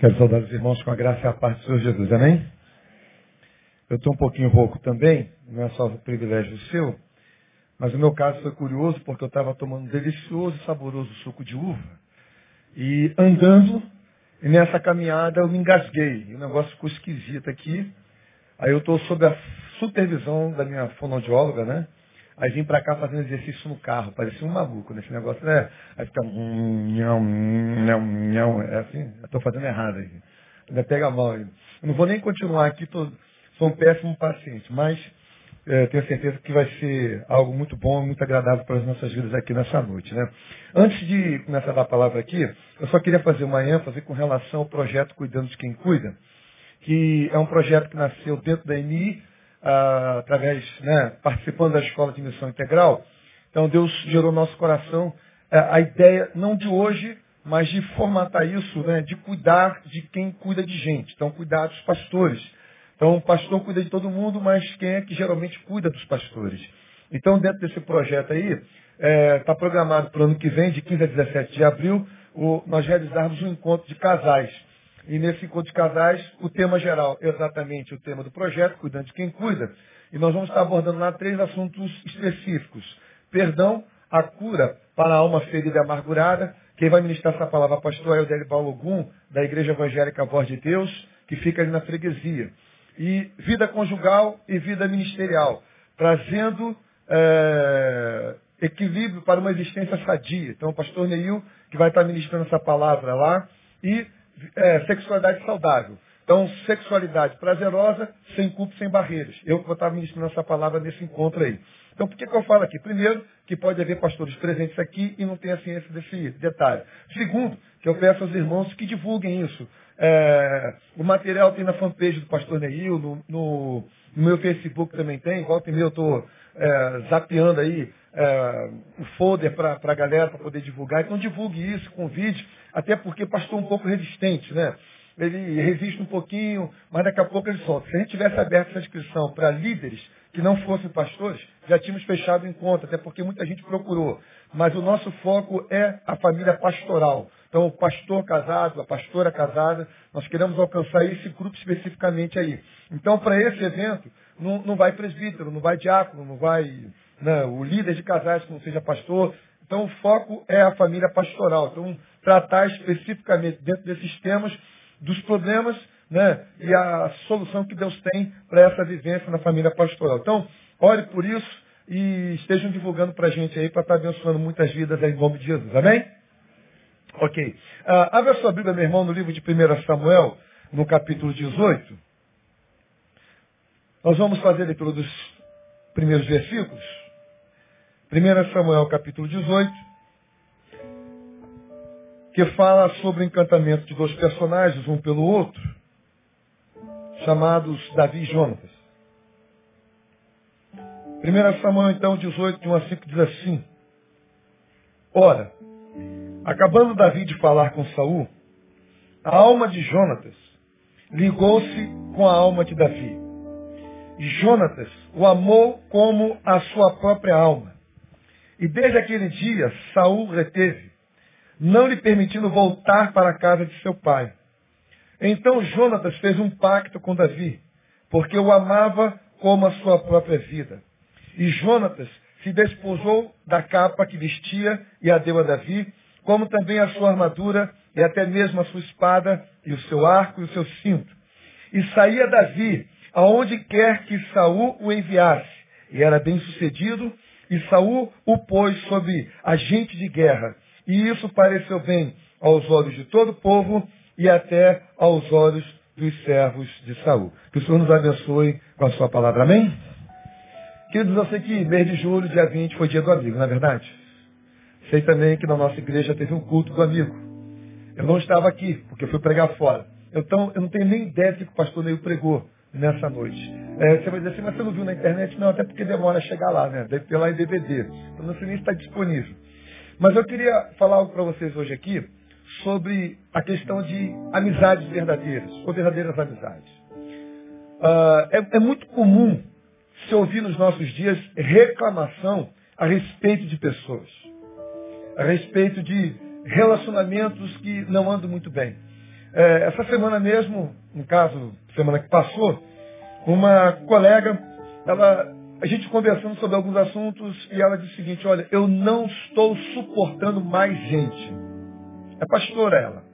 Quero saudar os irmãos com a graça e a paz do Senhor Jesus, amém? Eu estou um pouquinho rouco também, não é só o privilégio seu, mas o meu caso foi curioso porque eu estava tomando um delicioso e saboroso suco de uva e andando, e nessa caminhada eu me engasguei, e o negócio ficou esquisito aqui. Aí eu estou sob a supervisão da minha fonoaudióloga, né? Aí vim para cá fazendo exercício no carro, parecia um maluco nesse negócio, né? Aí fica é assim, eu estou fazendo errado aí. Ainda pega mal aí. Eu não vou nem continuar aqui, sou um péssimo paciente, mas tenho certeza que vai ser algo muito bom, muito agradável para as nossas vidas aqui nessa noite, né? Antes de começar a dar a palavra aqui, eu só queria fazer uma ênfase com relação ao projeto Cuidando de Quem Cuida, que é um projeto que nasceu dentro da ENI, através, participando da Escola de Missão Integral. Então Deus gerou no nosso coração a ideia, não de hoje, mas de formatar isso, né, de cuidar de quem cuida de gente. Então, cuidar dos pastores. Então, o pastor cuida de todo mundo, mas quem é que geralmente cuida dos pastores? Então, dentro desse projeto aí, está programado para o ano que vem, de 15 a 17 de abril, nós realizarmos um encontro de casais. E nesse encontro de casais, o tema geral é exatamente o tema do projeto, Cuidando de Quem Cuida. E nós vamos estar abordando lá 3 assuntos específicos. Perdão, a cura para a alma ferida e amargurada. Quem vai ministrar essa palavra, pastor Eudélio Paulo Gum, da Igreja Evangélica Voz de Deus, que fica ali na freguesia. E vida conjugal e vida ministerial, trazendo equilíbrio para uma existência sadia. Então, o pastor Neil, que vai estar ministrando essa palavra lá, e sexualidade saudável. Então, sexualidade prazerosa, sem culpa, sem barreiras. Eu que vou estar ministrando essa palavra nesse encontro aí. Então, por que eu falo aqui? Primeiro, que pode haver pastores presentes aqui e não tenha ciência desse detalhe. Segundo, que eu peço aos irmãos que divulguem isso. O material tem na fanpage do pastor Neil, no meu Facebook também tem, volta e meia eu estou zapeando aí o folder para a galera, para poder divulgar. Então divulgue isso, convide, até porque pastor é um pouco resistente, né? Ele resiste um pouquinho, mas daqui a pouco ele solta. Se a gente tivesse aberto essa inscrição para líderes que não fossem pastores, já tínhamos fechado o encontro, até porque muita gente procurou. Mas o nosso foco é a família pastoral. Então, o pastor casado, a pastora casada, nós queremos alcançar esse grupo especificamente aí. Então, para esse evento, não vai presbítero, não vai diácono, não vai o líder de casais que não seja pastor. Então, o foco é a família pastoral. Então, tratar especificamente dentro desses temas dos problemas, e a solução que Deus tem para essa vivência na família pastoral. Então, ore por isso e estejam divulgando para a gente aí, para estar abençoando muitas vidas aí em nome de Jesus. Amém? Ok. Abre a sua Bíblia, meu irmão, no livro de 1 Samuel, no capítulo 18. Nós vamos fazer a leitura dos primeiros versículos. 1 Samuel, capítulo 18, que fala sobre o encantamento de 2 personagens, um pelo outro, chamados Davi e Jonatas. 1 Samuel, então, 18, de 1 a 5, diz assim: Ora, acabando Davi de falar com Saul, a alma de Jonatas ligou-se com a alma de Davi. E Jonatas o amou como a sua própria alma. E desde aquele dia, Saul reteve, não lhe permitindo voltar para a casa de seu pai. Então Jonatas fez um pacto com Davi, porque o amava como a sua própria vida. E Jonatas se desposou da capa que vestia e a deu a Davi, como também a sua armadura e até mesmo a sua espada e o seu arco e o seu cinto. E saía Davi aonde quer que Saul o enviasse. E era bem sucedido, e Saul o pôs sob agente de guerra. E isso pareceu bem aos olhos de todo o povo e até aos olhos dos servos de Saul. Que o Senhor nos abençoe com a sua palavra. Amém? Queridos, eu sei que mês de julho, dia 20, foi dia do amigo, não é verdade? Sei também que na nossa igreja teve um culto do amigo. Eu não estava aqui, porque eu fui pregar fora. Então, eu não tenho nem ideia do que o pastor Neil pregou nessa noite. Você vai dizer assim, mas você não viu na internet? Não, até porque demora a chegar lá, né? Deve ter lá em DVD. Então, não sei nem se está disponível. Mas eu queria falar algo para vocês hoje aqui sobre a questão de amizades verdadeiras, ou verdadeiras amizades. É muito comum se ouvir nos nossos dias reclamação a respeito de pessoas, a respeito de relacionamentos que não andam muito bem. Essa semana mesmo, no caso, semana que passou, uma colega, a gente conversando sobre alguns assuntos e ela disse o seguinte, olha, eu não estou suportando mais gente. É pastora ela.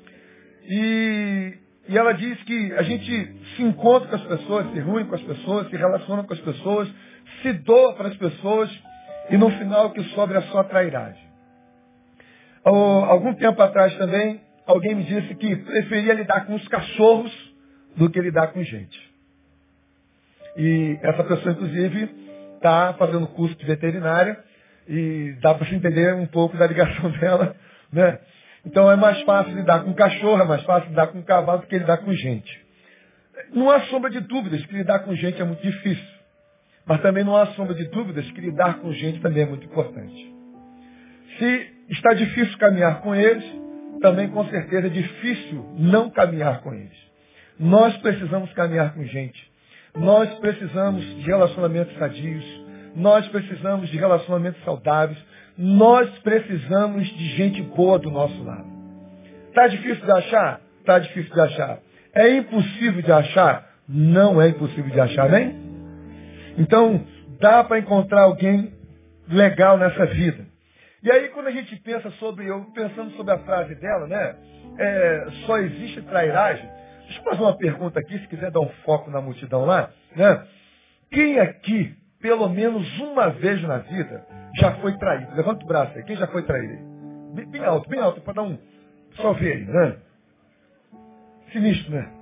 E ela diz que a gente se encontra com as pessoas, se reúne com as pessoas, se relaciona com as pessoas, se doa para as pessoas e no final o que sobra é só trairagem. Algum tempo atrás também, alguém me disse que preferia lidar com os cachorros do que lidar com gente. E essa pessoa, inclusive, está fazendo curso de veterinária e dá para se entender um pouco da ligação dela, né? Então é mais fácil lidar com cachorro, é mais fácil lidar com cavalo do que lidar com gente. Não há sombra de dúvidas que lidar com gente é muito difícil. Mas também não há sombra de dúvidas que lidar com gente também é muito importante. Se está difícil caminhar com eles, também com certeza é difícil não caminhar com eles. Nós precisamos caminhar com gente. Nós precisamos de relacionamentos sadios. Nós precisamos de relacionamentos saudáveis. Nós precisamos de gente boa do nosso lado. Está difícil de achar? Está difícil de achar. É impossível de achar? Não é impossível de achar, né? Então, dá para encontrar alguém legal nessa vida. E aí, quando a gente pensa pensando sobre a frase dela, né? Só existe trairagem. Deixa eu fazer uma pergunta aqui, se quiser dar um foco na multidão lá, né? Quem aqui, pelo menos uma vez na vida, já foi traído? Levanta o braço aí. Quem já foi traído aí? Bem alto, para dar um... Só ver aí, né? Sinistro, né?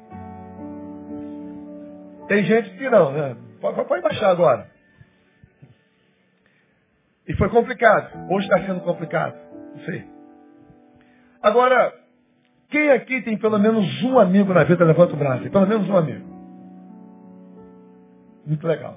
Tem gente que não, né? Pode baixar agora. E foi complicado. Hoje está sendo complicado. Não sei. Agora, quem aqui tem pelo menos um amigo na vida? Levanta o braço aí. Pelo menos um amigo. Muito legal.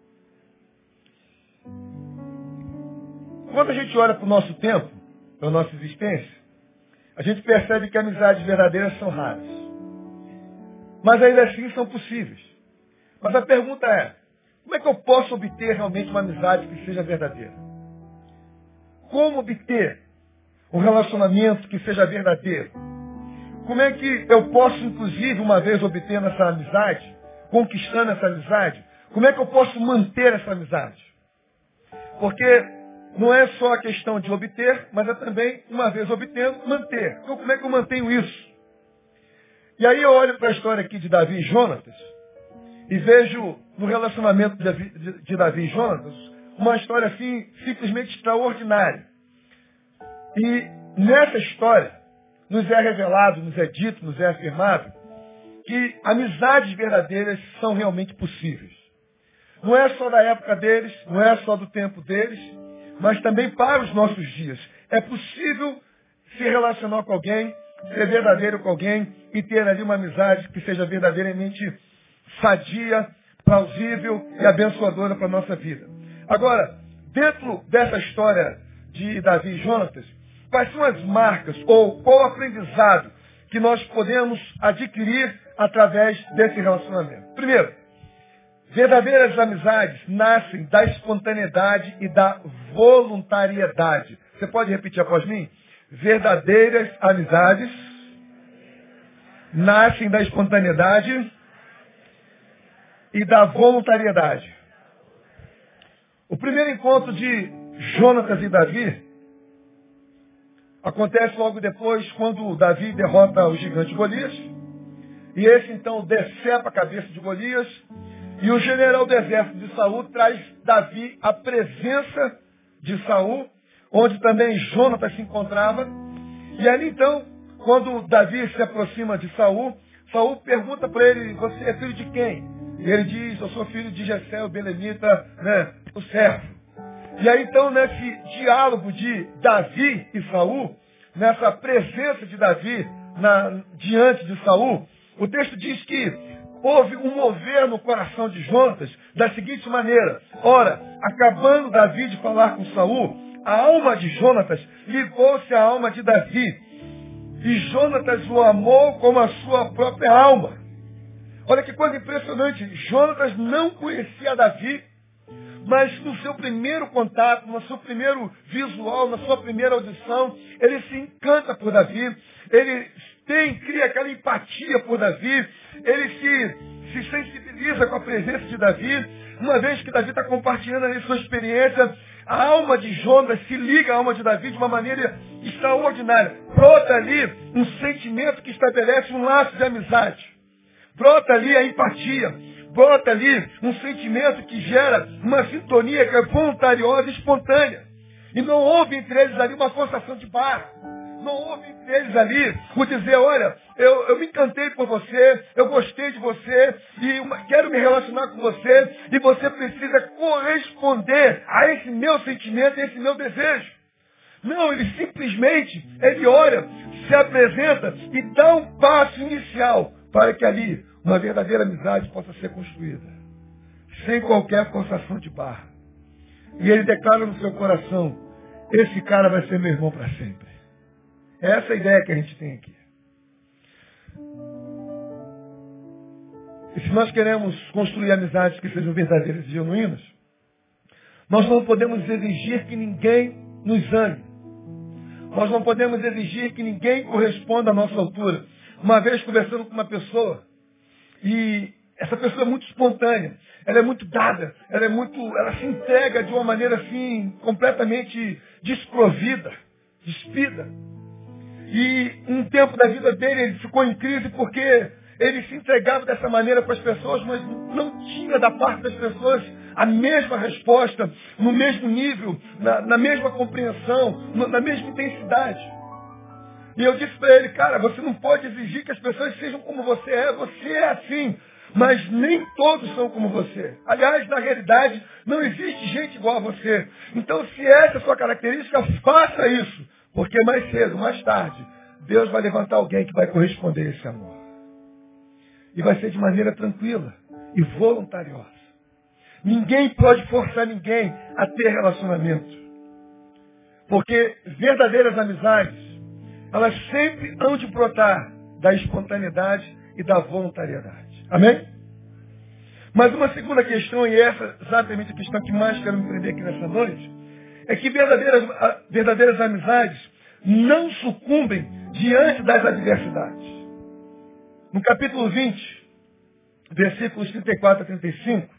Quando a gente olha para o nosso tempo, para a nossa existência, a gente percebe que amizades verdadeiras são raras. Mas ainda assim são possíveis. Mas a pergunta é, como é que eu posso obter realmente uma amizade que seja verdadeira? Como obter um relacionamento que seja verdadeiro? Como é que eu posso, inclusive, uma vez obtendo essa amizade, conquistando essa amizade, como é que eu posso manter essa amizade? Porque não é só a questão de obter, mas é também, uma vez obtendo, manter. Então, como é que eu mantenho isso? E aí eu olho para a história aqui de Davi e Jonatas, e vejo no relacionamento de Davi e Jonatas uma história assim simplesmente extraordinária. E nessa história nos é revelado, nos é dito, nos é afirmado que amizades verdadeiras são realmente possíveis. Não é só da época deles, não é só do tempo deles, mas também para os nossos dias. É possível se relacionar com alguém, ser verdadeiro com alguém e ter ali uma amizade que seja verdadeiramente sadia, plausível e abençoadora para a nossa vida. Agora, dentro dessa história de Davi e Jonatas, quais são as marcas ou qual o aprendizado que nós podemos adquirir através desse relacionamento? Primeiro, verdadeiras amizades nascem da espontaneidade e da voluntariedade. Você pode repetir após mim? Verdadeiras amizades nascem da espontaneidade e da voluntariedade. O primeiro encontro de Jonatas e Davi acontece logo depois, quando Davi derrota o gigante Golias. E esse então decepa a cabeça de Golias. E o general do exército de Saul traz Davi à presença de Saul, onde também Jonatas se encontrava. E ali então, quando Davi se aproxima de Saul, Saul pergunta para ele, você é filho de quem? E ele diz, eu sou filho de Jessé, o belemita, né, o servo. E aí então, nesse diálogo de Davi e Saul, nessa presença de Davi diante de Saul, o texto diz que houve um mover no coração de Jonatas da seguinte maneira. Ora, acabando Davi de falar com Saul, a alma de Jonatas ligou-se à alma de Davi. E Jonatas o amou como a sua própria alma. Olha que coisa impressionante. Jonatas não conhecia Davi, mas no seu primeiro contato, no seu primeiro visual, na sua primeira audição, ele se encanta por Davi, ele cria aquela empatia por Davi, ele se sensibiliza com a presença de Davi, uma vez que Davi está compartilhando ali sua experiência, a alma de Jonas se liga à alma de Davi de uma maneira extraordinária. Brota ali um sentimento que estabelece um laço de amizade. Brota ali a empatia. Brota ali um sentimento que gera uma sintonia que é voluntariosa e espontânea. E não houve entre eles ali uma forçação de barra. Não houve entre eles ali o dizer, olha, eu me encantei por você, eu gostei de você, e quero me relacionar com você, e você precisa corresponder a esse meu sentimento, a esse meu desejo. Não, ele ora, se apresenta e dá um passo inicial para que ali uma verdadeira amizade possa ser construída. Sem qualquer forçação de barra. E ele declara no seu coração, esse cara vai ser meu irmão para sempre. É essa a ideia que a gente tem aqui. E se nós queremos construir amizades que sejam verdadeiras e genuínas, nós não podemos exigir que ninguém nos ame. Nós não podemos exigir que ninguém corresponda à nossa altura. Uma vez conversando com uma pessoa, e essa pessoa é muito espontânea, ela é muito dada, ela se entrega de uma maneira assim, completamente desprovida, despida. E um tempo da vida dele, ele ficou em crise porque ele se entregava dessa maneira para as pessoas, mas não tinha da parte das pessoas a mesma resposta, no mesmo nível, na mesma compreensão, na mesma intensidade. E eu disse para ele, cara, você não pode exigir que as pessoas sejam como você é assim, mas nem todos são como você. Aliás, na realidade, não existe gente igual a você. Então, se essa é a sua característica, faça isso. Porque mais cedo, mais tarde, Deus vai levantar alguém que vai corresponder a esse amor. E vai ser de maneira tranquila e voluntariosa. Ninguém pode forçar ninguém a ter relacionamento. Porque verdadeiras amizades, elas sempre hão de brotar da espontaneidade e da voluntariedade. Amém? Mas uma segunda questão, e essa é exatamente a questão que mais quero me prender aqui nessa noite, é que verdadeiras amizades não sucumbem diante das adversidades. No capítulo 20, versículos 34 a 35,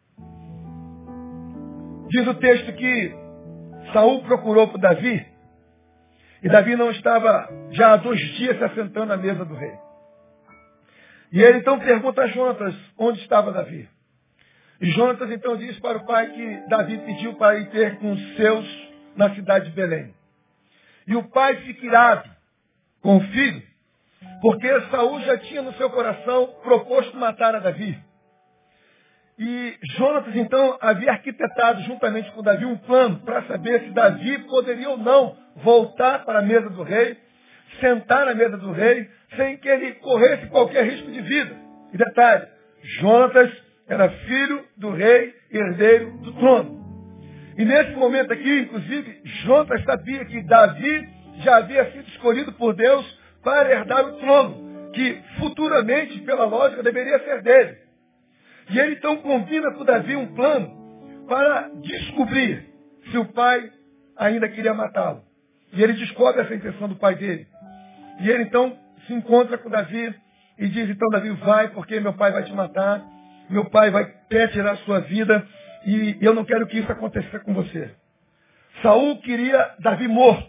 diz o texto que Saul procurou por Davi, e Davi não estava já há 2 dias se assentando à mesa do rei. E ele então pergunta a Jonatas onde estava Davi. E Jonatas então diz para o pai que Davi pediu para ir ter com os seus na cidade de Belém. E o pai fica irado com o filho, porque Saul já tinha no seu coração proposto matar a Davi. E Jonatas então havia arquitetado juntamente com Davi um plano para saber se Davi poderia ou não voltar para a mesa do rei, sentar na mesa do rei, sem que ele corresse qualquer risco de vida. E detalhe, Jonatas era filho do rei, herdeiro do trono. E nesse momento aqui, inclusive, Jonatas sabia que Davi já havia sido escolhido por Deus para herdar o trono, que futuramente, pela lógica, deveria ser dele. E ele então combina com Davi um plano para descobrir se o pai ainda queria matá-lo. E ele descobre essa intenção do pai dele. E ele então se encontra com Davi e diz, então Davi, vai, porque meu pai vai te matar. Meu pai quer tirar a sua vida e eu não quero que isso aconteça com você. Saul queria Davi morto.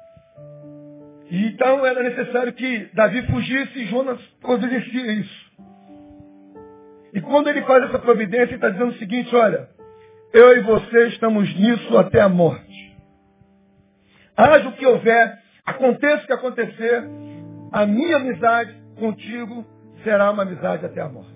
E então era necessário que Davi fugisse e Jonas providencia isso. E quando ele faz essa providência, ele está dizendo o seguinte, olha, eu e você estamos nisso até a morte. Haja o que houver, aconteça o que acontecer, a minha amizade contigo será uma amizade até a morte.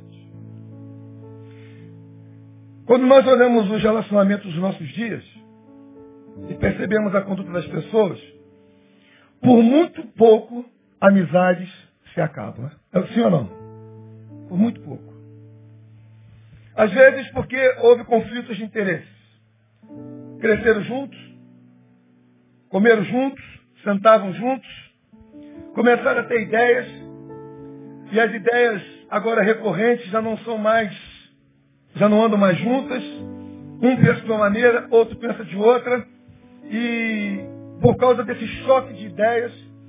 Quando nós olhamos os relacionamentos dos nossos dias e percebemos a conduta das pessoas, por muito pouco amizades se acabam. É sim ou não? Por muito pouco. Às vezes porque houve conflitos de interesses. Cresceram juntos, comeram juntos, sentavam juntos, começaram a ter ideias, e as ideias agora recorrentes já não andam mais juntas, um pensa de uma maneira, outro pensa de outra, e por causa desse choque de ideias,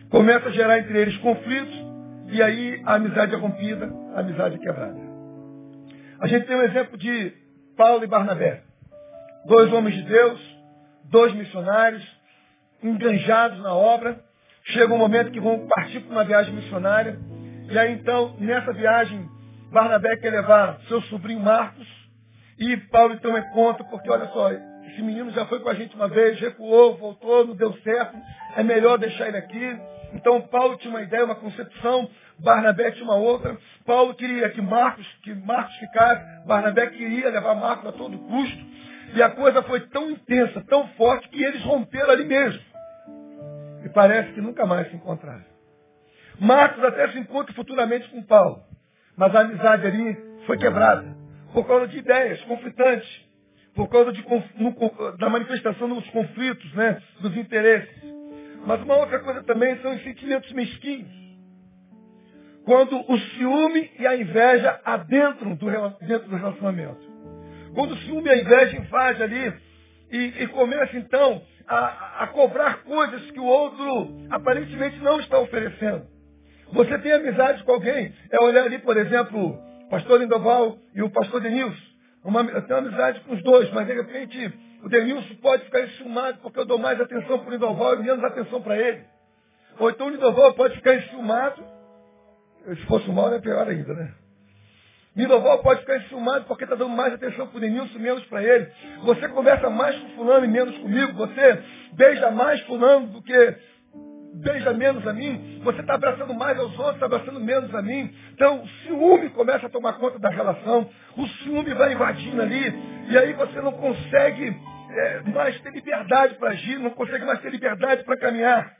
Começa a gerar entre eles conflitos, e aí a amizade é rompida, a amizade é quebrada. A gente tem um exemplo de Paulo e Barnabé. 2 homens de Deus, 2 missionários, enganjados na obra. Chega um momento que vão partir para uma viagem missionária. E aí então, nessa viagem, Barnabé quer levar seu sobrinho Marcos. E Paulo então é contra, porque olha só, esse menino já foi com a gente uma vez, recuou, voltou, não deu certo. É melhor deixar ele aqui. Então Paulo tinha uma ideia, uma concepção. Barnabé tinha uma outra. Paulo queria que Marcos ficasse. Barnabé queria levar Marcos a todo custo. E a coisa foi tão intensa, tão forte, que eles romperam ali mesmo. E parece que nunca mais se encontraram. Marcos até se encontra futuramente com Paulo. Mas a amizade ali foi quebrada. Por causa de ideias conflitantes. Por causa da manifestação dos conflitos, né, dos interesses. Mas uma outra coisa também são os sentimentos mesquinhos. Quando o ciúme e a inveja adentram dentro do relacionamento. Quando o ciúme e a inveja invadem ali e começa então a cobrar coisas que o outro aparentemente não está oferecendo. Você tem amizade com alguém, é olhar ali, por exemplo, o pastor Lindoval e o pastor Denilson. Eu tenho amizade com os dois, mas de repente o Denilson pode ficar enciumado porque eu dou mais atenção para o Lindoval e menos atenção para ele. Ou então o Lindoval pode ficar enciumado, se fosse mal é pior ainda, né? Lindoval pode ficar enciumado porque está dando mais atenção para o Denilson, menos para ele. Você conversa mais com fulano e menos comigo. Você beija mais fulano do que beija menos a mim. Você está abraçando mais aos outros, está abraçando menos a mim. Então o ciúme começa a tomar conta da relação. O ciúme vai invadindo ali. E aí você não consegue mais ter liberdade para agir, não consegue mais ter liberdade para caminhar.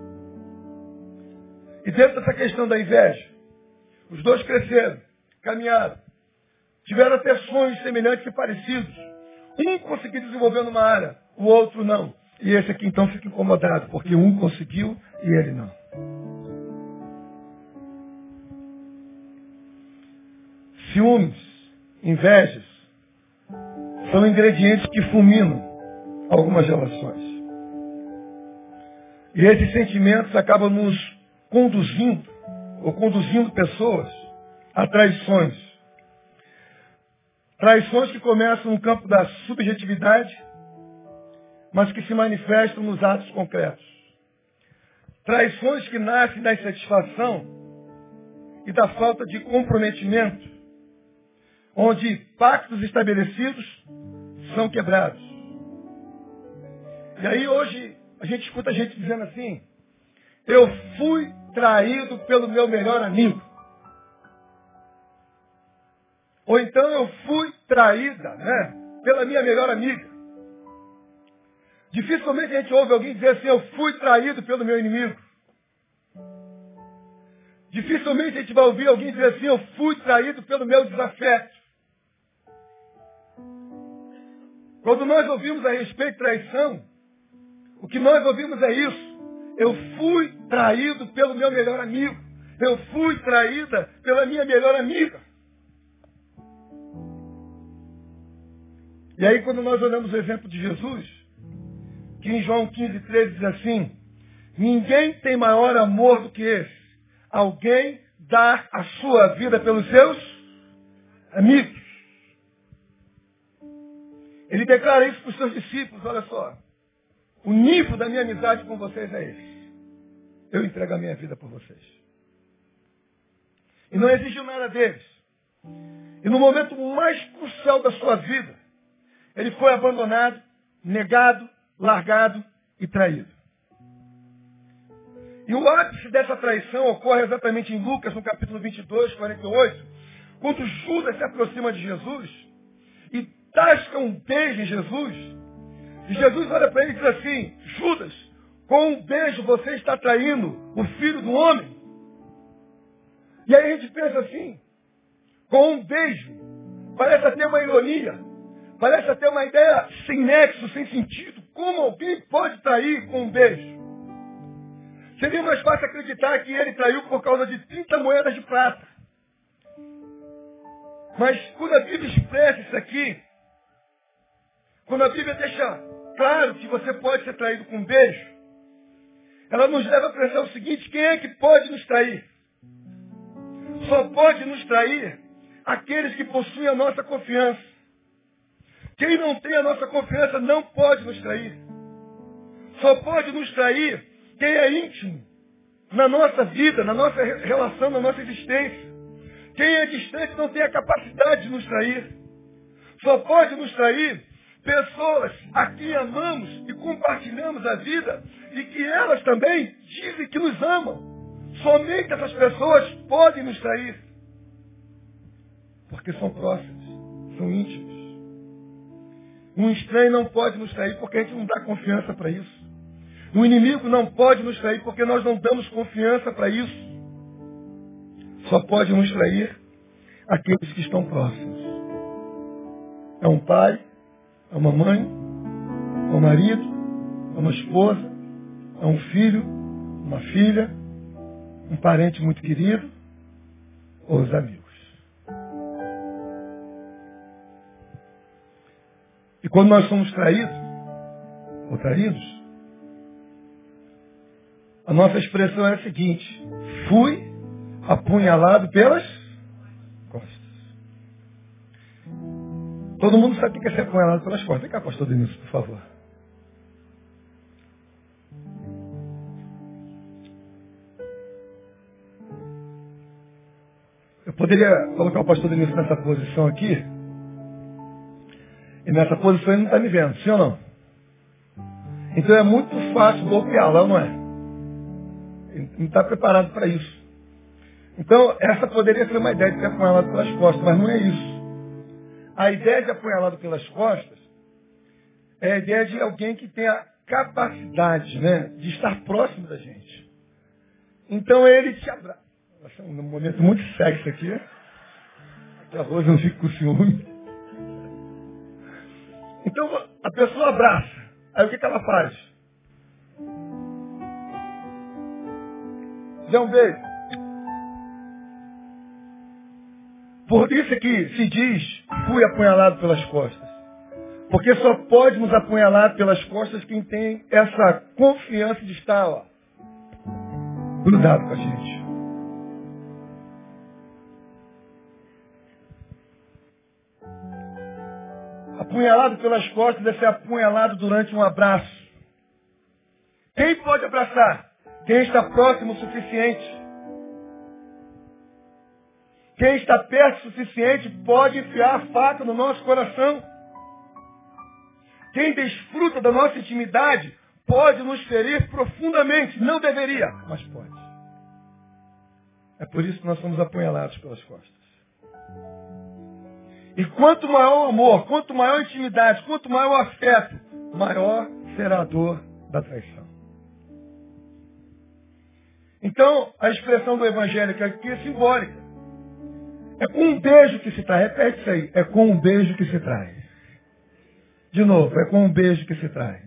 E dentro dessa questão da inveja, os dois cresceram, caminharam, tiveram até sonhos semelhantes e parecidos. Um conseguiu desenvolver numa área, o outro não. E esse aqui então fica incomodado, porque um conseguiu e ele não. Ciúmes, invejas, são ingredientes que fulminam algumas relações. E esses sentimentos acabam nos conduzindo pessoas a traições. Traições que começam no campo da subjetividade, mas que se manifestam nos atos concretos. Traições que nascem da insatisfação e da falta de comprometimento, onde pactos estabelecidos são quebrados. E aí hoje a gente escuta a gente dizendo assim: eu fui traído pelo meu melhor amigo. Ou então eu fui traída, né, pela minha melhor amiga. Dificilmente a gente ouve alguém dizer assim: eu fui traído pelo meu inimigo. Dificilmente a gente vai ouvir alguém dizer assim: eu fui traído pelo meu desafeto. Quando nós ouvimos a respeito de traição, o que nós ouvimos é isso: eu fui traído pelo meu melhor amigo. Eu fui traída pela minha melhor amiga. E aí quando nós olhamos o exemplo de Jesus, que em João 15:13 diz assim: ninguém tem maior amor do que esse, alguém dar a sua vida pelos seus amigos. Ele declara isso para os seus discípulos: olha só, o nível da minha amizade com vocês é esse. Eu entrego a minha vida por vocês. E não exigiu nada deles. E no momento mais crucial da sua vida, ele foi abandonado, negado, largado e traído. E o ápice dessa traição ocorre exatamente em Lucas, no capítulo 22, 48, quando Judas se aproxima de Jesus e tasca um beijo em Jesus. E Jesus olha para ele e diz assim: Judas, com um beijo você está traindo o Filho do Homem. E aí a gente pensa assim: com um beijo, parece até uma ironia. Parece até uma ideia sem nexo, sem sentido. Como alguém pode trair com um beijo? Seria mais fácil acreditar que ele traiu por causa de 30 moedas de prata. Mas quando a Bíblia expressa isso aqui, quando a Bíblia deixa claro que você pode ser traído com um beijo, ela nos leva a pensar o seguinte: quem é que pode nos trair? Só pode nos trair aqueles que possuem a nossa confiança. Quem não tem a nossa confiança não pode nos trair. Só pode nos trair quem é íntimo na nossa vida, na nossa relação, na nossa existência. Quem é distante não tem a capacidade de nos trair. Só pode nos trair pessoas a quem amamos e compartilhamos a vida e que elas também dizem que nos amam. Somente essas pessoas podem nos trair. Porque são próximas, são íntimos. Um estranho não pode nos trair porque a gente não dá confiança para isso. Um inimigo não pode nos trair porque nós não damos confiança para isso. Só pode nos trair aqueles que estão próximos. É um pai, é uma mãe, é um marido, é uma esposa, é um filho, uma filha, um parente muito querido, ou os amigos. E quando nós somos traídos, ou traídos, a nossa expressão é a seguinte: fui apunhalado pelas costas. Todo mundo sabe o que é ser apunhalado pelas costas. Vem cá, pastor Denilson, por favor. Eu poderia colocar o pastor Denilson nessa posição aqui. E nessa posição ele não está me vendo, sim ou não? Então é muito fácil golpeá-lo, não é? Ele não está preparado para isso. Então essa poderia ser uma ideia de ser apunhalado pelas costas, mas não é isso. A ideia de apunhalado pelas costas é a ideia de alguém que tem a capacidade, né, de estar próximo da gente. Então ele te abraça. É um momento muito sexy aqui. Que a Rosa não fique com ciúme. Então a pessoa abraça. Aí o que ela faz? Dá um beijo. Por isso é que se diz, fui apunhalado pelas costas. Porque só pode nos apunhalar pelas costas quem tem essa confiança de estar lá, grudado com a gente. Apunhalado pelas costas é ser apunhalado durante um abraço. Quem pode abraçar? Quem está próximo o suficiente. Quem está perto o suficiente pode enfiar a faca no nosso coração. Quem desfruta da nossa intimidade pode nos ferir profundamente. Não deveria, mas pode. É por isso que nós somos apunhalados pelas costas. E quanto maior o amor, quanto maior a intimidade, quanto maior o afeto, maior será a dor da traição. Então, a expressão do evangélico aqui é simbólica. É com um beijo que se trai. Repete isso aí. É com um beijo que se trai. De novo, é com um beijo que se trai.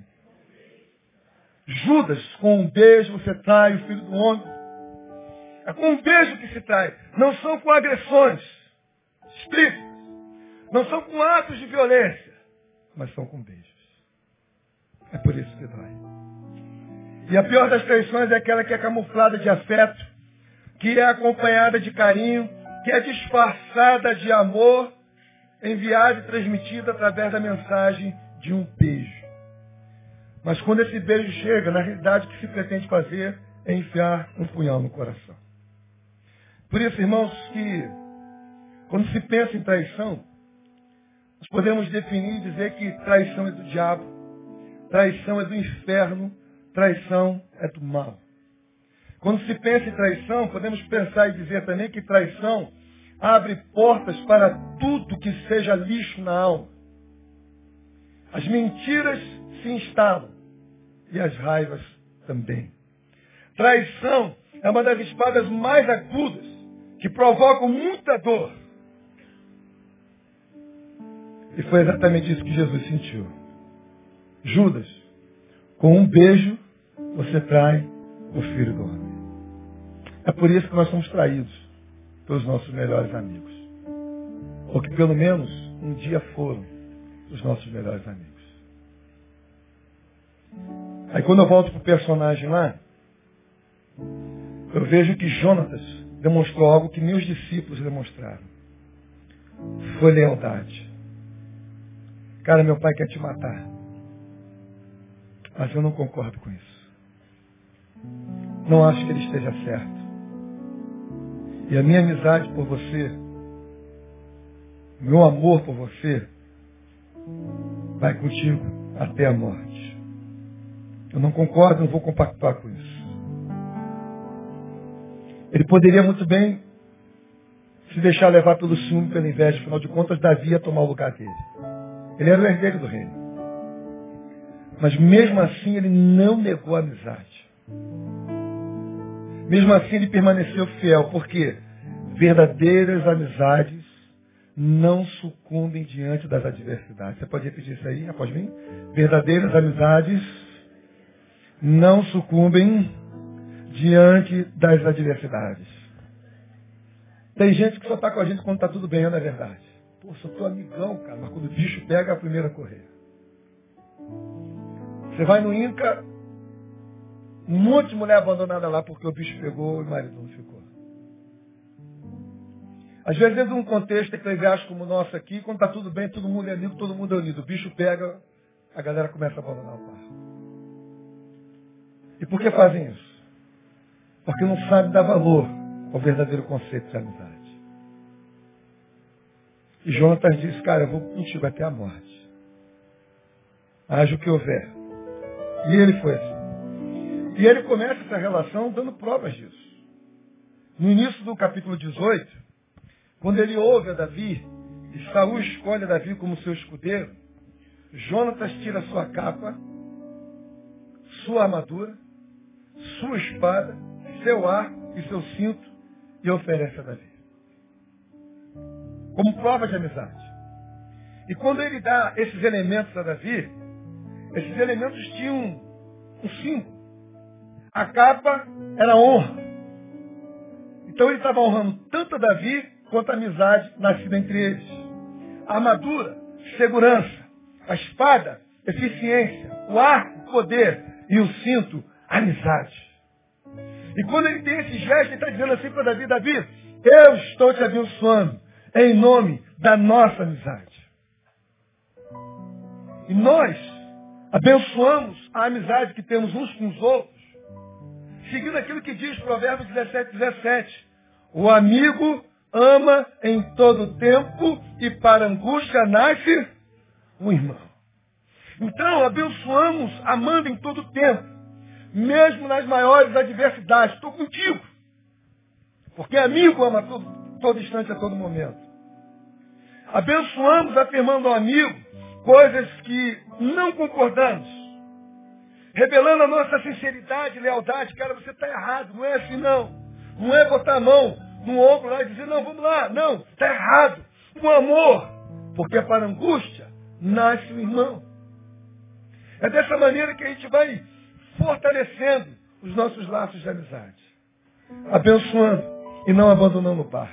Judas, com um beijo você trai o filho do homem. É com um beijo que se trai. Não são com agressões explícitas. Não são com atos de violência. Mas são com beijos. É por isso que dói. E a pior das traições é aquela que é camuflada de afeto, que é acompanhada de carinho, que é disfarçada de amor, enviada e transmitida através da mensagem de um beijo. Mas quando esse beijo chega, na realidade o que se pretende fazer é enfiar um punhal no coração. Por isso, irmãos, que quando se pensa em traição, nós podemos definir e dizer que traição é do diabo, traição é do inferno, traição é do mal. Quando se pensa em traição, podemos pensar e dizer também que traição abre portas para tudo que seja lixo na alma. As mentiras se instalam e as raivas também. Traição é uma das espadas mais agudas que provocam muita dor. E foi exatamente isso que Jesus sentiu. Judas, com um beijo, você trai o filho do homem. É por isso que nós somos traídos pelos nossos melhores amigos. Ou que pelo menos um dia foram os nossos melhores amigos. Aí quando eu volto para o personagem lá, eu vejo que Jonatas demonstrou algo que nem os discípulos demonstraram. Foi lealdade. Cara, meu pai quer te matar. Mas eu não concordo com isso. Não acho que ele esteja certo. E a minha amizade por você, meu amor por você, vai contigo até a morte. Eu não concordo, não vou compactuar com isso. Ele poderia muito bem se deixar levar pelo ciúme, pela inveja. Afinal de contas, Davi ia tomar o lugar dele. Ele era o herdeiro do reino. Mas mesmo assim, ele não negou a amizade. Mesmo assim, ele permaneceu fiel. Por quê? Verdadeiras amizades não sucumbem diante das adversidades. Você pode repetir isso aí após mim? Verdadeiras amizades não sucumbem diante das adversidades. Tem gente que só está com a gente quando está tudo bem, não é verdade? Pô, sou teu amigão, cara, mas quando o bicho pega, é a primeira a correr. Você vai no Inca, um monte de mulher abandonada lá porque o bicho pegou e o marido não ficou. Às vezes, dentro de um contexto eclesiástico como o nosso aqui, quando está tudo bem, todo mundo é amigo, todo mundo é unido. O bicho pega, a galera começa a abandonar o barco. E por que fazem isso? Porque não sabem dar valor ao verdadeiro conceito de amizade. E Jonatas disse, cara, eu vou contigo até a morte. Haja o que houver. E ele foi assim. E ele começa essa relação dando provas disso. No início do capítulo 18, quando ele ouve a Davi, e Saul escolhe a Davi como seu escudeiro, Jonatas tira sua capa, sua armadura, sua espada, seu arco e seu cinto e oferece a Davi. Como prova de amizade. E quando ele dá esses elementos a Davi, esses elementos tinham um símbolo. A capa era honra. Então ele estava honrando tanto a Davi quanto a amizade nascida entre eles. A armadura, segurança. A espada, eficiência. O arco, poder. E o cinto, amizade. E quando ele tem esse gesto, ele está dizendo assim para Davi, Davi, eu estou te abençoando em nome da nossa amizade. E nós abençoamos a amizade que temos uns com os outros, seguindo aquilo que diz Provérbios 17:17. O amigo ama em todo tempo e para angústia nasce um irmão. Então, abençoamos amando em todo tempo, mesmo nas maiores adversidades. Estou contigo. Porque amigo ama todo instante, a todo momento. Abençoamos afirmando ao amigo coisas que não concordamos. Revelando a nossa sinceridade e lealdade. Cara, você está errado. Não é assim, não. Não é botar a mão no ombro lá e dizer, não, vamos lá. Não, está errado. Com amor. Porque para a angústia nasce o irmão. É dessa maneira que a gente vai fortalecendo os nossos laços de amizade. Abençoando e não abandonando o barco.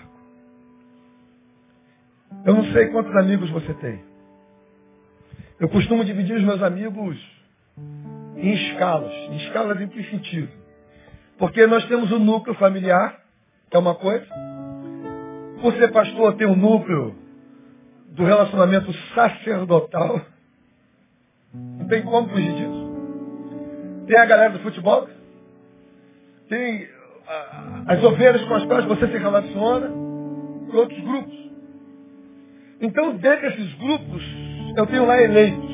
Eu não sei quantos amigos você tem. Eu costumo dividir os meus amigos em escalas em que sentido? Porque nós temos o núcleo familiar, que é uma coisa. Por ser pastor, tem o núcleo do relacionamento sacerdotal. Não tem como fugir disso. Tem a galera do futebol. Tem as ovelhas com as quais você se relaciona. E outros grupos. Então, dentre esses grupos, eu tenho lá eleitos.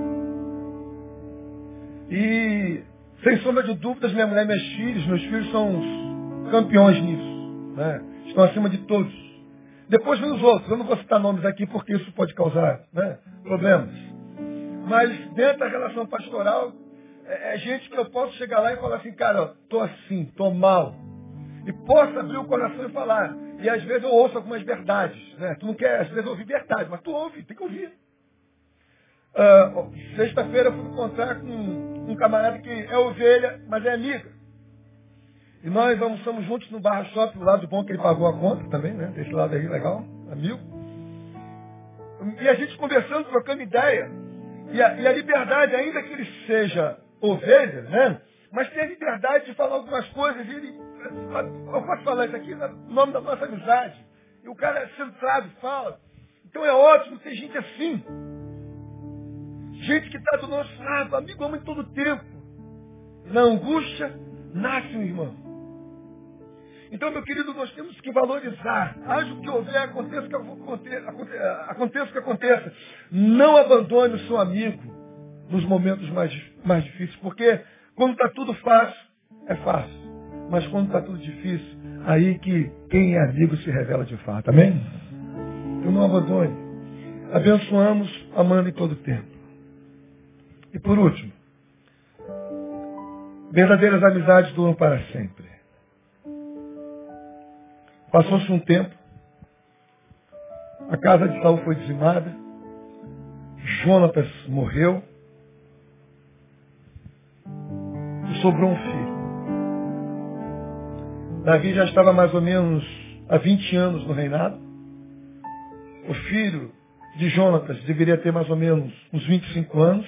E, sem sombra de dúvidas, minha mulher e meus filhos são os campeões nisso. Né? Estão acima de todos. Depois vem os outros. Eu não vou citar nomes aqui porque isso pode causar, né, problemas. Mas dentro da relação pastoral, é gente que eu posso chegar lá e falar assim, cara, estou assim, estou mal. E posso abrir o coração e falar. E às vezes eu ouço algumas verdades. Né? Tu não quer, às vezes, ouvir verdade, mas tu ouve, tem que ouvir. Sexta-feira eu fui encontrar com um camarada que é ovelha, mas é amiga. E nós almoçamos juntos no Barra Shopping, o lado bom que ele pagou a conta também, né? Desse lado aí, legal, amigo. E a gente conversando, trocando ideia. E a liberdade, ainda que ele seja ovelha, né? mas tem a liberdade de falar algumas coisas. Eu posso falar isso aqui no nome da nossa amizade. E o cara é centrado, fala. Então é ótimo ter gente assim. Gente que está do nosso lado, amigo, ama em todo tempo. Na angústia, nasce um irmão. Então, meu querido, nós temos que valorizar. Haja o que houver, aconteça o que aconteça. Não abandone o seu amigo nos momentos mais difíceis. Porque quando está tudo fácil, é fácil. Mas quando está tudo difícil, aí que quem é amigo se revela de fato. Amém? Então não abandone. Abençoamos amando em todo tempo. E por último, verdadeiras amizades duram para sempre. Passou-se um tempo, a casa de Saul foi dizimada, Jonatas morreu e sobrou um filho. Davi já estava mais ou menos há 20 anos no reinado. O filho de Jonatas deveria ter mais ou menos uns 25 anos.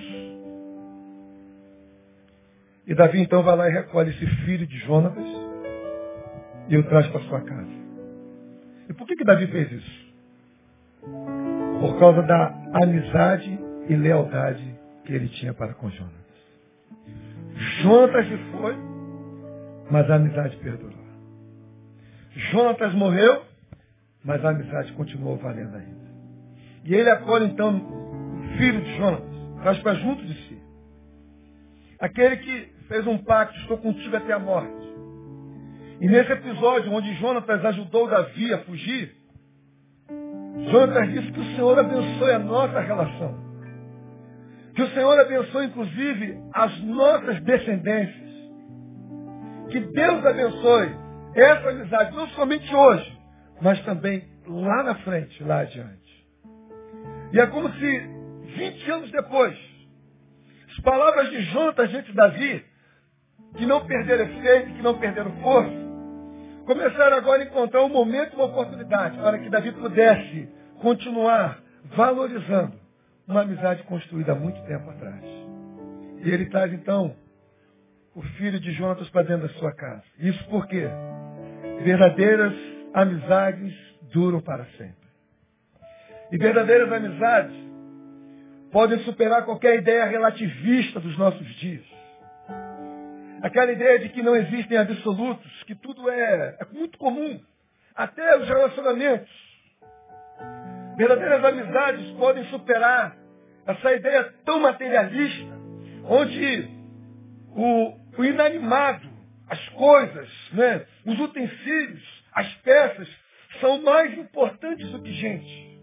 E Davi então vai lá e recolhe esse filho de Jonatas e o traz para sua casa. E por que Davi fez isso? Por causa da amizade e lealdade que ele tinha para com Jonatas. Jonatas se foi, mas a amizade perdurou. Jonatas morreu, mas a amizade continuou valendo ainda. E ele acolhe então o filho de Jonatas, traz para junto de si. Aquele que fez um pacto, estou contigo até a morte. E nesse episódio, onde Jonatas ajudou Davi a fugir, Jonatas disse que o Senhor abençoe a nossa relação. Que o Senhor abençoe, inclusive, as nossas descendências. Que Deus abençoe essa amizade, não somente hoje, mas também lá na frente, lá adiante. E é como se, 20 anos depois, as palavras de Jonatas diante de Davi, que não perderam efeito, que não perderam força, começaram agora a encontrar um momento, uma oportunidade para que Davi pudesse continuar valorizando uma amizade construída há muito tempo atrás. E ele traz então o filho de Jonatas para dentro da sua casa. Isso porque verdadeiras amizades duram para sempre. E verdadeiras amizades podem superar qualquer ideia relativista dos nossos dias. Aquela ideia de que não existem absolutos, que tudo é muito comum, até os relacionamentos. Verdadeiras amizades podem superar essa ideia tão materialista, onde o inanimado, as coisas, né, os utensílios, as peças, são mais importantes do que gente.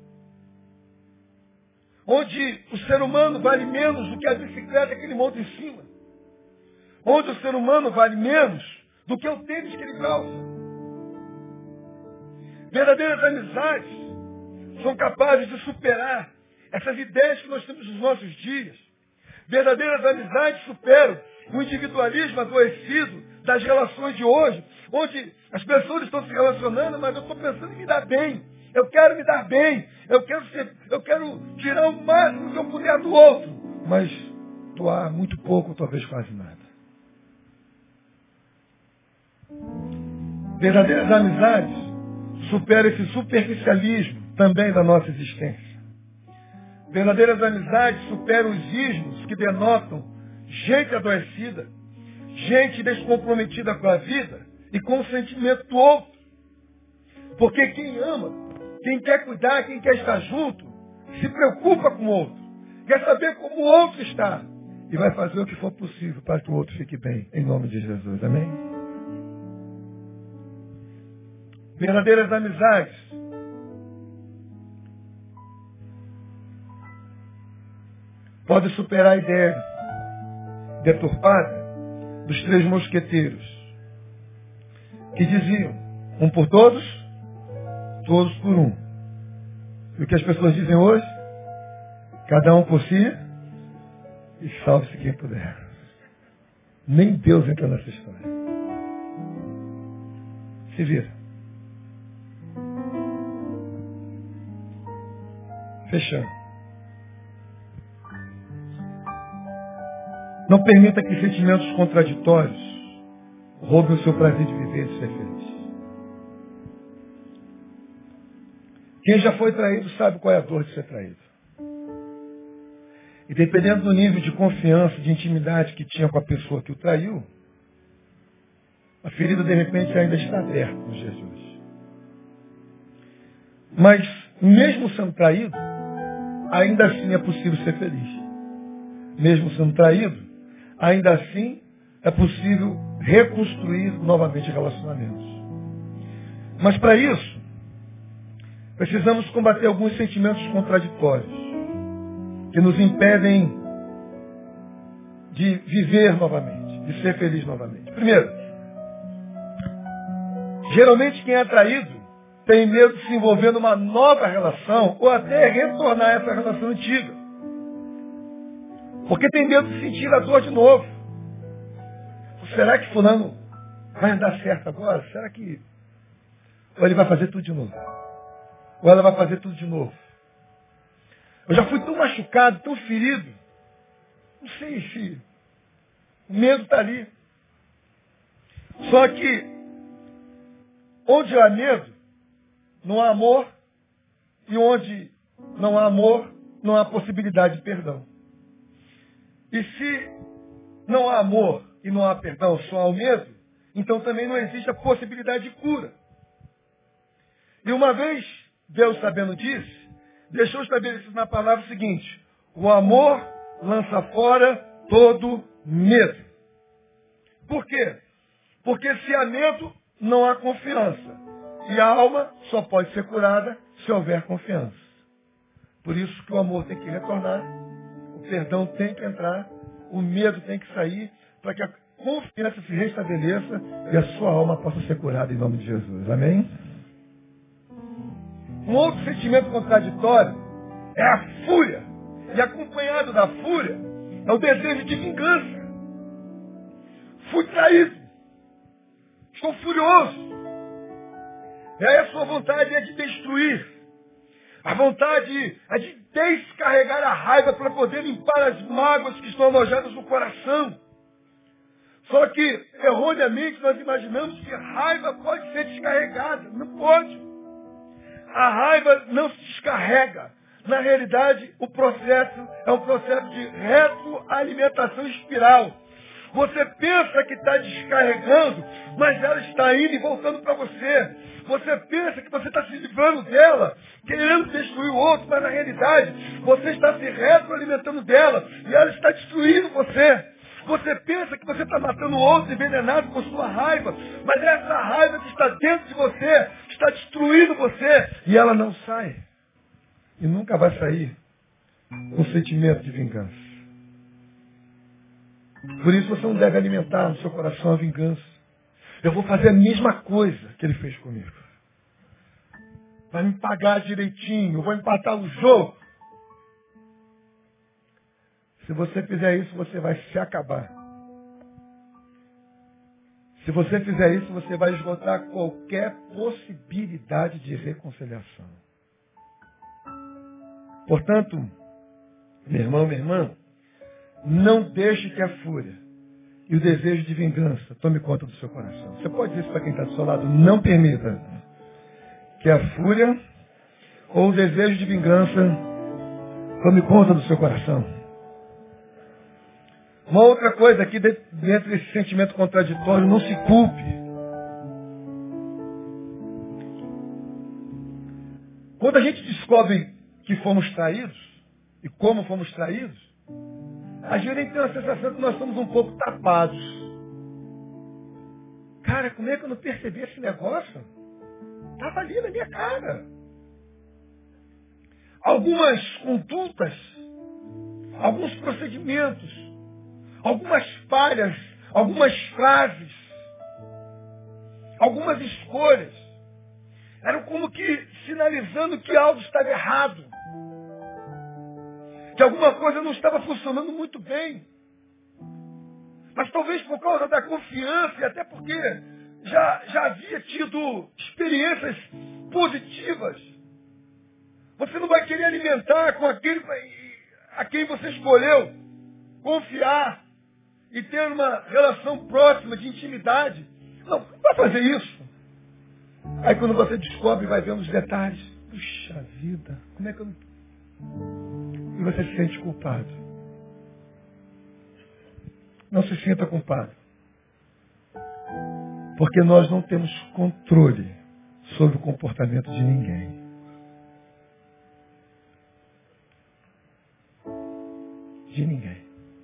Onde o ser humano vale menos do que a bicicleta que ele monta em cima. Onde o ser humano vale menos do que o tênis que ele calça. Verdadeiras amizades são capazes de superar essas ideias que nós temos nos nossos dias. Verdadeiras amizades superam o individualismo adoecido das relações de hoje, onde as pessoas estão se relacionando, mas eu estou pensando em me dar bem. Eu quero me dar bem. Eu quero tirar o máximo que eu puder do outro. Mas doar muito pouco, talvez quase nada. Verdadeiras amizades superam esse superficialismo também da nossa existência. Verdadeiras amizades superam os ismos que denotam gente adoecida, gente descomprometida com a vida e com o sentimento do outro. Porque quem ama, quem quer cuidar, quem quer estar junto, se preocupa com o outro, quer saber como o outro está e vai fazer o que for possível para que o outro fique bem, em nome de Jesus. Amém? Verdadeiras amizades podem superar a ideia deturpada dos 3 mosqueteiros, que diziam, um por todos, todos por um. E o que as pessoas dizem hoje? Cada um por si e salve-se quem puder. Nem Deus entra nessa história. Se vira. Fechando. Não permita que sentimentos contraditórios roubem o seu prazer de viver e de ser feliz. Quem já foi traído sabe qual é a dor de ser traído. E dependendo do nível de confiança, de intimidade que tinha com a pessoa que o traiu, a ferida de repente ainda está aberta nos dias de hoje. Mas, mesmo sendo traído, ainda assim é possível ser feliz. Mesmo sendo traído, ainda assim é possível reconstruir novamente relacionamentos. Mas para isso, precisamos combater alguns sentimentos contraditórios que nos impedem de viver novamente, de ser feliz novamente. Primeiro, geralmente quem é traído tem medo de se envolver numa nova relação ou até retornar a essa relação antiga. Porque tem medo de sentir a dor de novo. Será que fulano vai andar certo agora? Será que... Ou ele vai fazer tudo de novo? Ou ela vai fazer tudo de novo? Eu já fui tão machucado, tão ferido. Não sei se o medo está ali. Só que onde há medo, não há amor. E onde não há amor, não há possibilidade de perdão. E se não há amor e não há perdão, só há o medo, então também não existe a possibilidade de cura. E uma vez Deus sabendo disso, deixou estabelecido na palavra o seguinte: o amor lança fora todo medo. Por quê? Porque se há medo, não há confiança. E a alma só pode ser curada se houver confiança. Por isso que o amor tem que retornar, o perdão tem que entrar, o medo tem que sair, para que a confiança se restabeleça e a sua alma possa ser curada em nome de Jesus. Amém? Um outro sentimento contraditório é a fúria. E acompanhado da fúria é o desejo de vingança. Fui traído. Estou furioso. E aí a sua vontade é de destruir. A vontade é de descarregar a raiva para poder limpar as mágoas que estão alojadas no coração. Só que, erroneamente, nós imaginamos que a raiva pode ser descarregada. Não pode. A raiva não se descarrega. Na realidade, o processo é um processo de retroalimentação espiral. Você pensa que está descarregando, mas ela está indo e voltando para você. Você pensa que você está se livrando dela, querendo destruir o outro, mas na realidade você está se retroalimentando dela e ela está destruindo você. Você pensa que você está matando o outro envenenado com sua raiva, mas essa raiva que está dentro de você está destruindo você e ela não sai. E nunca vai sair com sentimento de vingança. Por isso você não deve alimentar no seu coração a vingança. Eu vou fazer a mesma coisa que ele fez comigo. Vai me pagar direitinho, eu vou empatar o jogo. Se você fizer isso, você vai se acabar. Se você fizer isso, você vai esgotar qualquer possibilidade de reconciliação. Portanto, meu irmão, minha irmã, não deixe que a fúria e o desejo de vingança tome conta do seu coração. Você pode dizer isso para quem está do seu lado? Não permita que a fúria ou o desejo de vingança tome conta do seu coração. Uma outra coisa aqui, dentro desse sentimento contraditório, não se culpe. Quando a gente descobre que fomos traídos, e como fomos traídos, a gente tem a sensação que nós somos um pouco tapados. Cara, como é que eu não percebi esse negócio? Estava ali na minha cara. Algumas condutas, alguns procedimentos, algumas falhas, algumas frases, algumas escolhas, eram como que sinalizando que algo estava errado. Que alguma coisa não estava funcionando muito bem. Mas talvez por causa da confiança e até porque já havia tido experiências positivas. Você não vai querer alimentar com aquele a quem você escolheu. Confiar. e ter uma relação próxima de intimidade. Não vai fazer isso. Aí quando você descobre, vai vendo os detalhes. Puxa vida, como é que eu não... E você se sente culpado. Não se sinta culpado. Porque nós não temos controle sobre o comportamento de ninguém. De ninguém.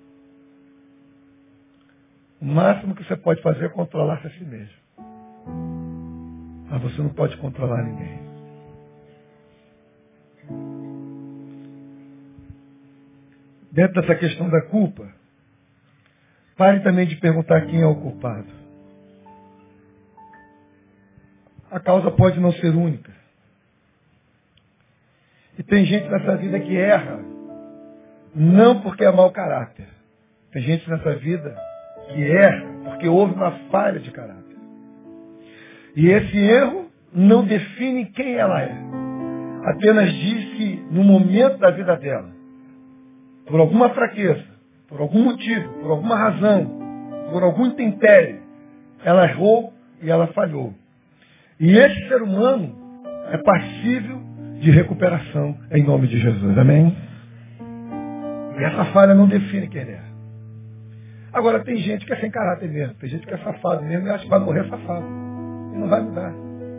O máximo que você pode fazer é controlar-se a si mesmo. Mas você não pode controlar ninguém. Dentro dessa questão da culpa, pare também de perguntar quem é o culpado. A causa pode não ser única. E tem gente nessa vida que erra, não porque é mau caráter. Tem gente nessa vida que erra porque houve uma falha de caráter. E esse erro não define quem ela é. Apenas diz que no momento da vida dela, por alguma fraqueza, por algum motivo, por alguma razão, por algum intempérie, ela errou e ela falhou. E esse ser humano é passível de recuperação em nome de Jesus. Amém? E essa falha não define quem ele é. Agora, tem gente que é sem caráter mesmo. Tem gente que é safado mesmo e acha que vai morrer safado. E não vai mudar.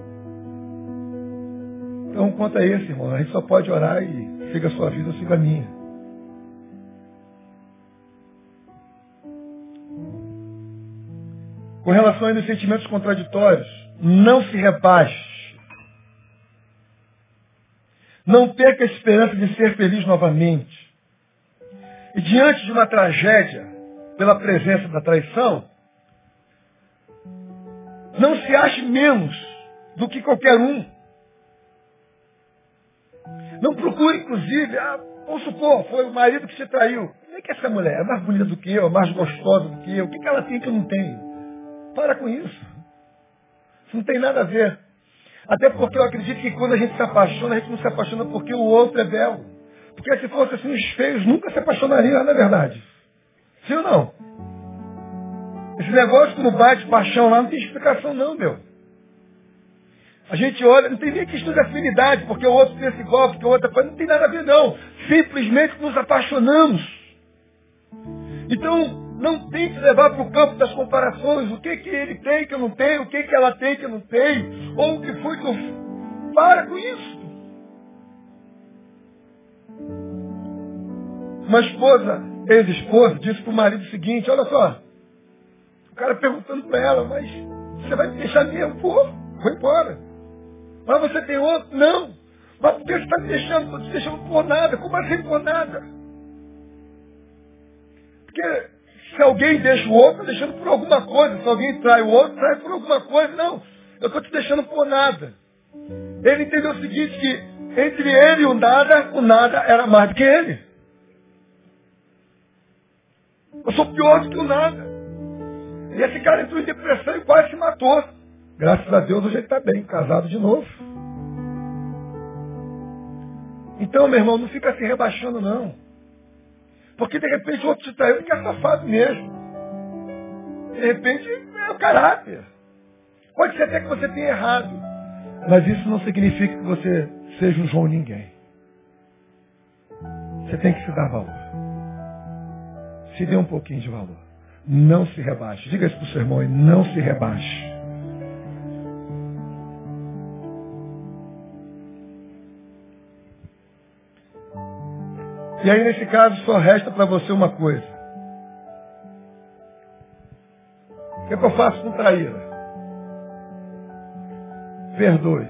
Então, quanto a esse, irmão, a gente só pode orar e siga a sua vida ou siga a minha. Com relação aos sentimentos contraditórios, não se rebaixe. Não perca a esperança de ser feliz novamente. E diante de uma tragédia, pela presença da traição, não se ache menos do que qualquer um. Não procure, inclusive, vamos supor, foi o marido que se traiu. Como é que essa mulher é mais bonita do que eu, é mais gostosa do que eu? O que ela tem que eu não tenho? Para com isso. Isso não tem nada a ver. Até porque eu acredito que quando a gente se apaixona, a gente não se apaixona porque o outro é belo. Porque se fosse assim, os feios nunca se apaixonariam, não é verdade? Sim ou não? Esse negócio que não bate paixão lá não tem explicação não, meu. A gente olha, não tem nem questão de afinidade, porque o outro pensa igual, porque o outro não tem nada a ver não. Simplesmente nos apaixonamos. Então, não tem que levar para o campo das comparações. O que ele tem que eu não tenho, o que ela tem que eu não tenho, ou o que foi que eu... Para com isso. Uma esposa, ex-esposa, disse para o marido o seguinte, olha só, o cara perguntando para ela, mas você vai me deixar mesmo? Pô, vou embora. Mas você tem outro? Não. Mas por que você está me deixando? Estou te deixando por nada. Como assim por nada? Porque se alguém deixa o outro, está deixando por alguma coisa. Se alguém trai o outro, trai por alguma coisa. Não, eu estou te deixando por nada. Ele entendeu o seguinte, que entre ele e o nada era mais do que ele. Eu sou pior do que o nada. E esse cara entrou em depressão e quase se matou. Graças a Deus hoje ele está bem, casado de novo. Então, meu irmão, não fica se rebaixando não. Porque de repente o outro te traiu porque é safado mesmo. De repente é o caráter. Pode ser até que você tenha errado. Mas isso não significa que você seja um João ninguém. Você tem que se dar valor. Se dê um pouquinho de valor. Não se rebaixe. Diga isso para o seu irmão aí. Não se rebaixe. E aí, nesse caso, só resta para você uma coisa. O que é que eu faço com traíra? Perdoe.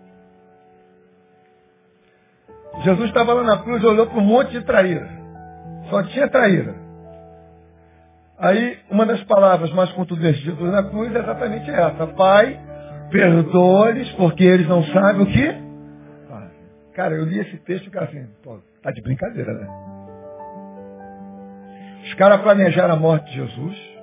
Jesus estava lá na cruz e olhou para um monte de traíra. Só tinha traíra. Aí, uma das palavras mais contundentes de Jesus na cruz é exatamente essa. Pai, perdoa-lhes porque eles não sabem o que... Cara, eu li esse texto e fiquei assim, pô, tá de brincadeira, né? Os caras planejaram a morte de Jesus,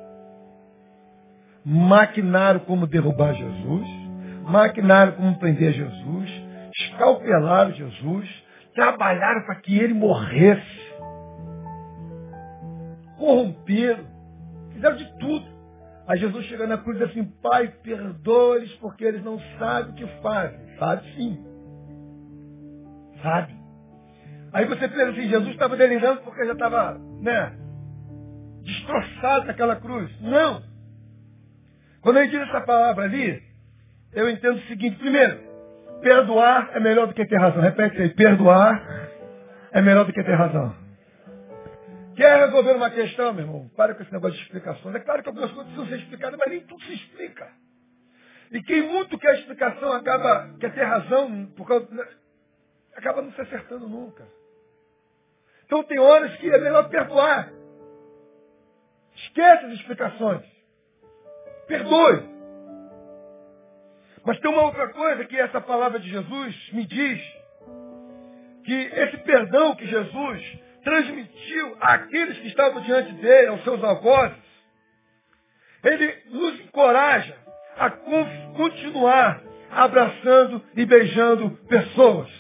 maquinaram como derrubar Jesus, maquinaram como prender Jesus, escalpelaram Jesus, trabalharam para que ele morresse, corromperam, fizeram de tudo. Aí Jesus chega na cruz e diz assim, Pai, perdoa-lhes porque eles não sabem o que fazem. Sabe sim. Sabe. Aí você pensa assim, Jesus estava delirando porque já estava, destroçado naquela cruz. Não. Quando ele diz essa palavra ali, eu entendo o seguinte. Primeiro, perdoar é melhor do que ter razão. Repete aí, perdoar é melhor do que ter razão. Quer resolver uma questão, meu irmão? Para com esse negócio de explicações. É claro que algumas coisas precisam ser explicadas, mas nem tudo se explica. E quem muito quer explicação quer ter razão, acaba não se acertando nunca. Então tem horas que é melhor perdoar. Esquece as explicações. Perdoe. Mas tem uma outra coisa que essa palavra de Jesus me diz, que esse perdão que Jesus transmitiu àqueles que estavam diante dele, aos seus algozes, ele nos encoraja a continuar abraçando e beijando pessoas.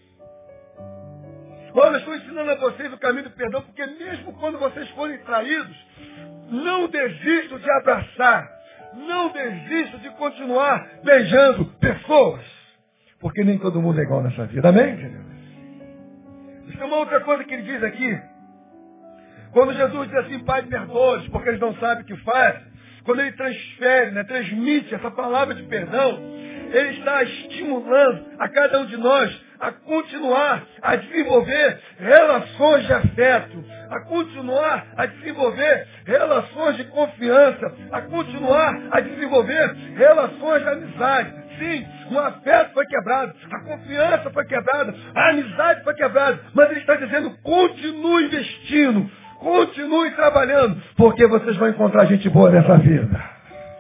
Olha, eu estou ensinando a vocês o caminho do perdão, porque mesmo quando vocês forem traídos, não desistam de abraçar, não desistam de continuar beijando pessoas, porque nem todo mundo é igual nessa vida. Amém, queridos? Isso é uma outra coisa que ele diz aqui. Quando Jesus diz assim, Pai, perdoa-os, porque eles não sabem o que fazem, quando ele transmite essa palavra de perdão, ele está estimulando a cada um de nós a continuar a desenvolver relações de afeto, a continuar a desenvolver relações de confiança, a continuar a desenvolver relações de amizade. Sim, o afeto foi quebrado, a confiança foi quebrada, a amizade foi quebrada, mas ele está dizendo, continue investindo, continue trabalhando, porque vocês vão encontrar gente boa nessa vida.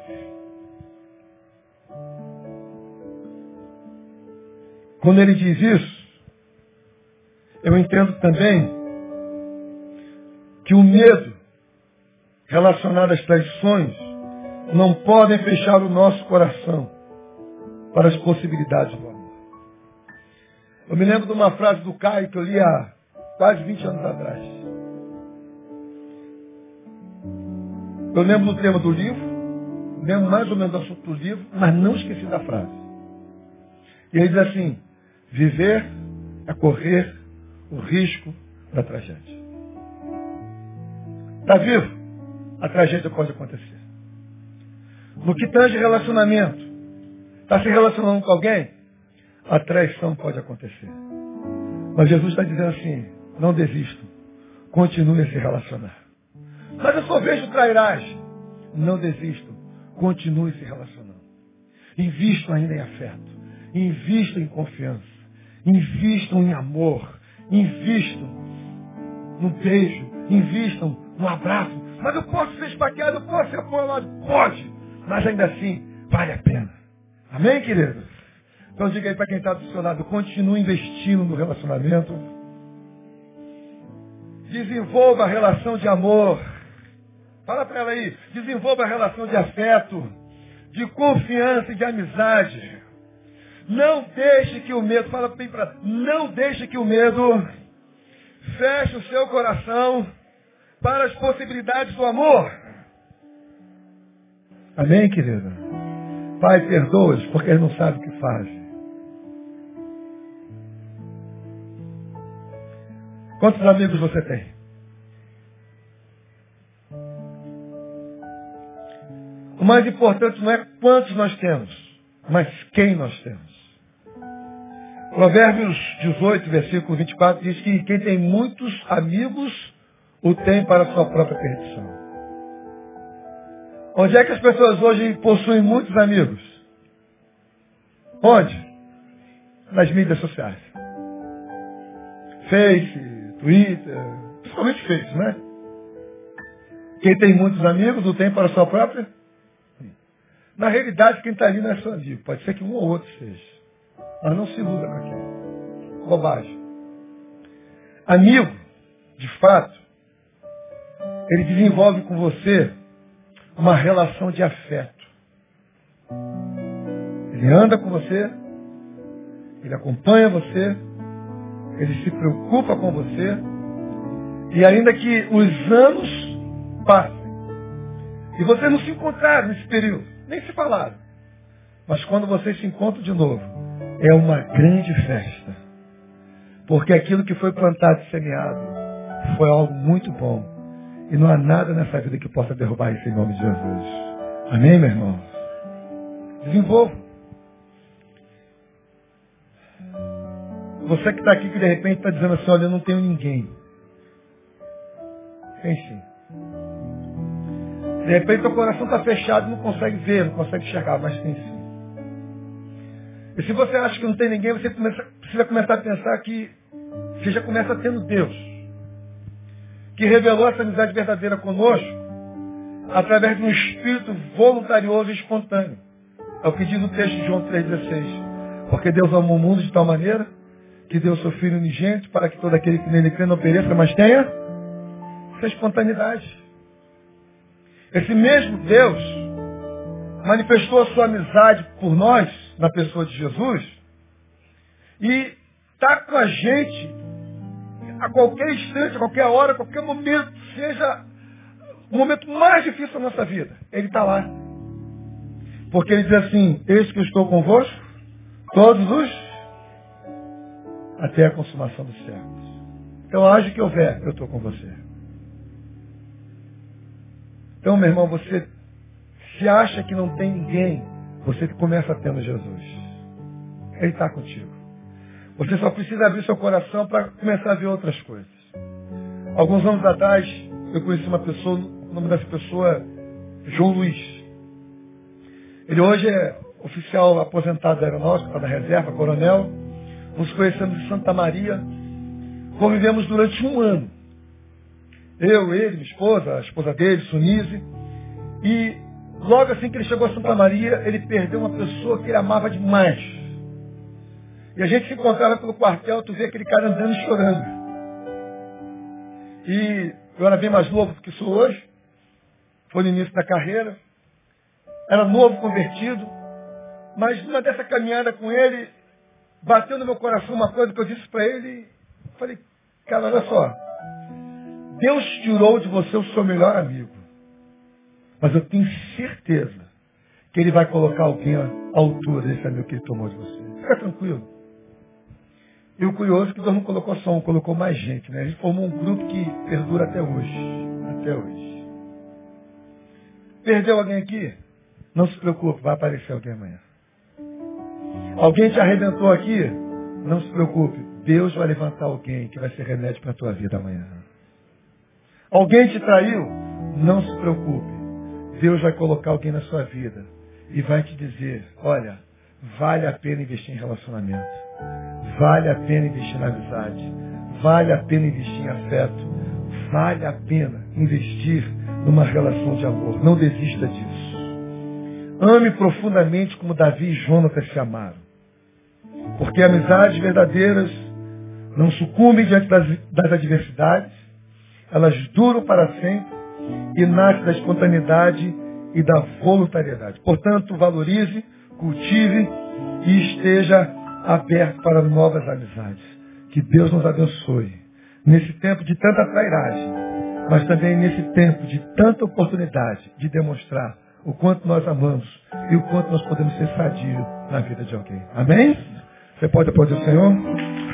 Quando ele diz isso, eu entendo também que o medo relacionado às traições não podem fechar o nosso coração para as possibilidades do amor. Eu me lembro de uma frase do Caio que eu li há quase 20 anos atrás. Eu lembro do tema do livro, lembro mais ou menos do assunto do livro, mas não esqueci da frase. E ele diz assim, viver é correr o risco da tragédia. Está vivo? A tragédia pode acontecer. No que tange relacionamento, está se relacionando com alguém, a traição pode acontecer. Mas Jesus está dizendo assim, não desistam, continue a se relacionar. Mas eu só vejo trairagem. Não desistam, continue se relacionando. Invistam ainda em afeto, invistam em confiança, invistam em amor, invistam no beijo, invistam no abraço. Mas eu posso ser esfaqueado, eu posso ser apoiado, pode, mas ainda assim vale a pena. Amém, queridos? Então diga aí para quem está do seu lado, continue investindo no relacionamento. Desenvolva a relação de amor. Fala para ela aí, desenvolva a relação de afeto, de confiança e de amizade. Não deixe que o medo, fala bem para ela, não deixe que o medo feche o seu coração para as possibilidades do amor. Amém, querida? Pai, perdoa-os, porque eles não sabem o que fazem. Quantos amigos você tem? O mais importante não é quantos nós temos, mas quem nós temos. Provérbios 18, versículo 24, diz que quem tem muitos amigos o tem para a sua própria perdição. Onde é que as pessoas hoje possuem muitos amigos? Onde? Nas mídias sociais. Face, Twitter, principalmente Face, né? Quem tem muitos amigos o tem para a sua própria. Na realidade, quem está ali não é seu amigo. Pode ser que um ou outro seja. Mas não se iluda com aquilo. Bobagem. Amigo, de fato, ele desenvolve com você uma relação de afeto. Ele anda com você, ele acompanha você, ele se preocupa com você, e ainda que os anos passem, E vocês não se encontraram nesse período, nem se falaram. Mas quando vocês se encontram de novo, é uma grande festa. Porque aquilo que foi plantado e semeado foi algo muito bom. E não há nada nessa vida que possa derrubar isso em nome de Jesus. Amém, meu irmão? Desenvolva. Você que está aqui que de repente está dizendo assim, olha, eu não tenho ninguém. Tem sim. De repente o coração está fechado, não consegue ver, não consegue enxergar, mas tem sim. E se você acha que não tem ninguém, você precisa começar a pensar que você já começa tendo Deus, que revelou essa amizade verdadeira conosco através de um espírito voluntarioso e espontâneo. É o que diz o texto de João 3,16. Porque Deus amou o mundo de tal maneira que deu o seu Filho unigênito para que todo aquele que nele crê não pereça, mas tenha essa espontaneidade. Esse mesmo Deus manifestou a sua amizade por nós, na pessoa de Jesus, e está com a gente a qualquer instante, a qualquer hora, a qualquer momento, seja o momento mais difícil da nossa vida. Ele está lá. Porque ele diz assim, eis que eu estou convosco, todos os, até a consumação dos séculos. Então, haja que houver, eu estou com você. Então, meu irmão, você se acha que não tem ninguém, você começa tendo Jesus. Ele está contigo. Você só precisa abrir seu coração para começar a ver outras coisas. Alguns anos atrás, eu conheci uma pessoa, o nome dessa pessoa é João Luiz. Ele hoje é oficial aposentado da aeronáutica, da reserva, coronel. Nos conhecemos em Santa Maria. Convivemos durante 1 ano. Eu, ele, minha esposa, a esposa dele, Sunise. E logo assim que ele chegou a Santa Maria, ele perdeu uma pessoa que ele amava demais. E a gente se encontrava pelo quartel, tu vê aquele cara andando e chorando. E eu era bem mais novo do que sou hoje. Foi no início da carreira. Era novo, convertido. Mas numa dessa caminhada com ele, bateu no meu coração uma coisa que eu disse para ele. Falei, cara, olha só. Deus tirou de você o seu melhor amigo. Mas eu tenho certeza que ele vai colocar alguém à altura desse amigo que ele tomou de você. Fica tranquilo. E o curioso é que Deus não colocou só um, colocou mais gente, né? A gente formou um grupo que perdura até hoje. Até hoje. Perdeu alguém aqui? Não se preocupe, vai aparecer alguém amanhã. Alguém te arrebentou aqui? Não se preocupe. Deus vai levantar alguém que vai ser remédio para a tua vida amanhã. Alguém te traiu? Não se preocupe. Deus vai colocar alguém na sua vida e vai te dizer, olha, vale a pena investir em relacionamento. Vale a pena investir na amizade. Vale a pena investir em afeto. Vale a pena investir numa relação de amor. Não desista disso. Ame profundamente como Davi e Jonatas se amaram. Porque amizades verdadeiras não sucumbem diante das adversidades. Elas duram para sempre e nascem da espontaneidade e da voluntariedade. Portanto, valorize, cultive e esteja aberto para novas amizades. Que Deus nos abençoe. Nesse tempo de tanta trairagem, mas também nesse tempo de tanta oportunidade de demonstrar o quanto nós amamos e o quanto nós podemos ser sadios na vida de alguém. Amém? Você pode aplaudir o Senhor?